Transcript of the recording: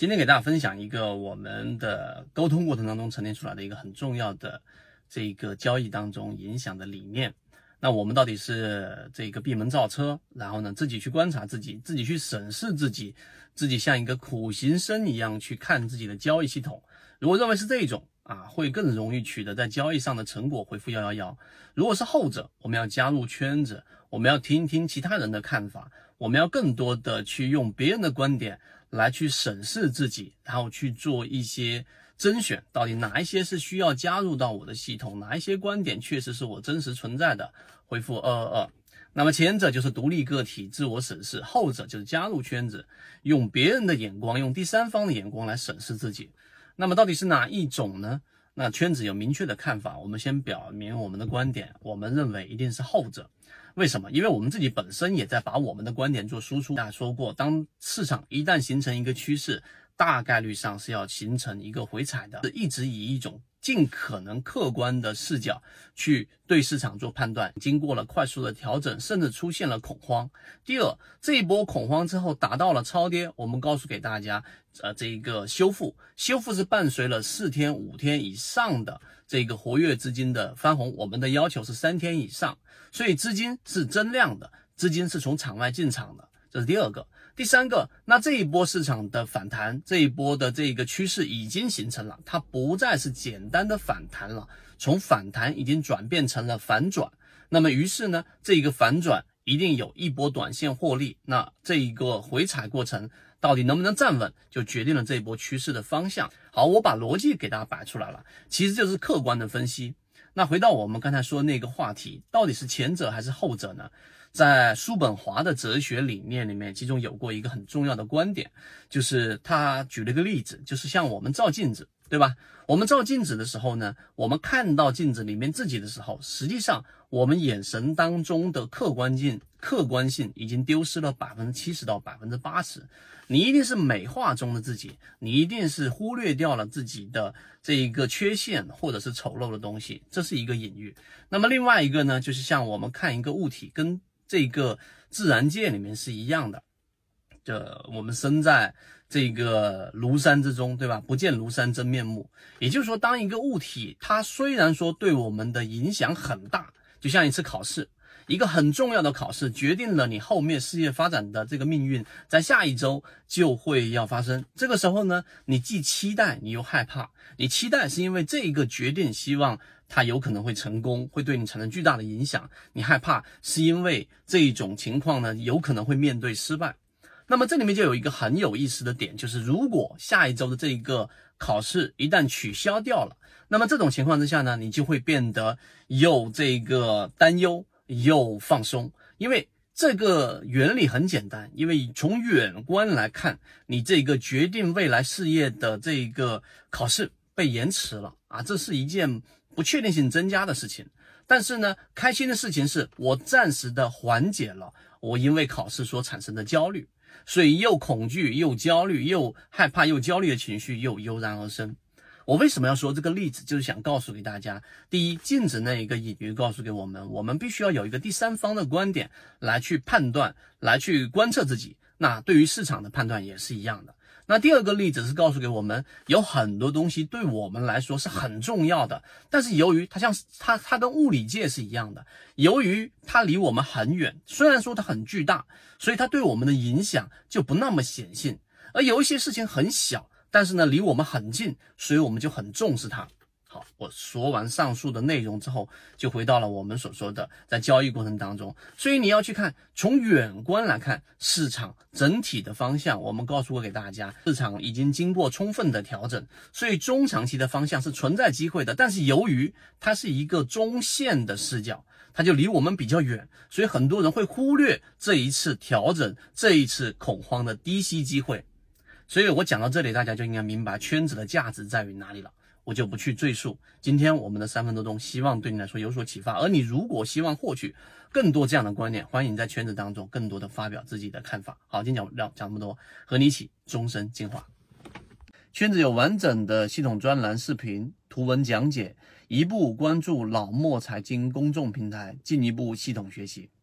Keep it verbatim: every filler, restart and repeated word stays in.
今天给大家分享一个我们的沟通过程当中沉淀出来的一个很重要的这个交易当中影响的理念。那我们到底是这个闭门造车，然后呢自己去观察自己，自己去审视自己，自己像一个苦行僧一样去看自己的交易系统。如果认为是这种啊，会更容易取得在交易上的成果，回复一一一。如果是后者，我们要加入圈子，我们要听一听其他人的看法，我们要更多的去用别人的观点来去审视自己，然后去做一些甄选，到底哪一些是需要加入到我的系统，哪一些观点确实是我真实存在的，回复二二二。那么前者就是独立个体自我审视，后者就是加入圈子，用别人的眼光，用第三方的眼光来审视自己。那么到底是哪一种呢？那圈子有明确的看法，我们先表明我们的观点，我们认为一定是后者。为什么？因为我们自己本身也在把我们的观点做输出。大家说过，当市场一旦形成一个趋势，大概率上是要形成一个回踩的，一直以一种尽可能客观的视角去对市场做判断。经过了快速的调整，甚至出现了恐慌。第二，这一波恐慌之后达到了超跌，我们告诉给大家，呃，这一个修复，修复是伴随了四天、五天以上的这个活跃资金的翻红，我们的要求是三天以上，所以资金是增量的，资金是从场外进场的，这是第二个。第三个，那这一波市场的反弹，这一波的这个趋势已经形成了，它不再是简单的反弹了，从反弹已经转变成了反转。那么于是呢，这一个反转一定有一波短线获利，那这一个回踩过程到底能不能站稳，就决定了这一波趋势的方向。好，我把逻辑给大家摆出来了，其实就是客观的分析。那回到我们刚才说那个话题，到底是前者还是后者呢？在叔本华的哲学理念里面，其中有过一个很重要的观点，就是他举了一个例子，就是像我们照镜子，对吧？我们照镜子的时候呢，我们看到镜子里面自己的时候，实际上我们眼神当中的客观性客观性已经丢失了 百分之七十 到 百分之八十。 你一定是美化中的自己，你一定是忽略掉了自己的这一个缺陷或者是丑陋的东西，这是一个隐喻。那么另外一个呢，就是像我们看一个物体，跟这个自然界里面是一样的，这我们身在这个庐山之中，对吧？不见庐山真面目。也就是说，当一个物体它虽然说对我们的影响很大，就像一次考试，一个很重要的考试决定了你后面事业发展的这个命运，在下一周就会要发生。这个时候呢，你既期待你又害怕。你期待是因为这一个决定希望它有可能会成功，会对你产生巨大的影响，你害怕是因为这一种情况呢有可能会面对失败。那么这里面就有一个很有意思的点，就是如果下一周的这一个考试一旦取消掉了，那么这种情况之下呢，你就会变得又这个担忧又放松。因为这个原理很简单，因为从远观来看，你这个决定未来事业的这个考试被延迟了啊，这是一件不确定性增加的事情。但是呢，开心的事情是我暂时的缓解了我因为考试所产生的焦虑，所以又恐惧又焦虑又害怕又焦虑的情绪又油然而生。我为什么要说这个例子，就是想告诉给大家，第一，镜子那一个隐喻告诉给我们，我们必须要有一个第三方的观点来去判断，来去观测自己。那对于市场的判断也是一样的。那第二个例子是告诉给我们，有很多东西对我们来说是很重要的，但是由于它像它它跟物理界是一样的，由于它离我们很远，虽然说它很巨大，所以它对我们的影响就不那么显性。而有一些事情很小，但是呢离我们很近，所以我们就很重视它。好，我说完上述的内容之后，就回到了我们所说的在交易过程当中，所以你要去看，从远观来看市场整体的方向，我们告诉过给大家，市场已经经过充分的调整，所以中长期的方向是存在机会的，但是由于它是一个中线的视角，它就离我们比较远，所以很多人会忽略这一次调整，这一次恐慌的低吸机会。所以我讲到这里，大家就应该明白圈子的价值在于哪里了，我就不去赘述。今天我们的三分多钟，希望对你来说有所启发。而你如果希望获取更多这样的观念，欢迎你在圈子当中更多的发表自己的看法。好，今天讲讲这么多，和你一起终身进化。圈子有完整的系统专栏、视频、图文讲解，一步关注老墨财经公众平台，进一步系统学习。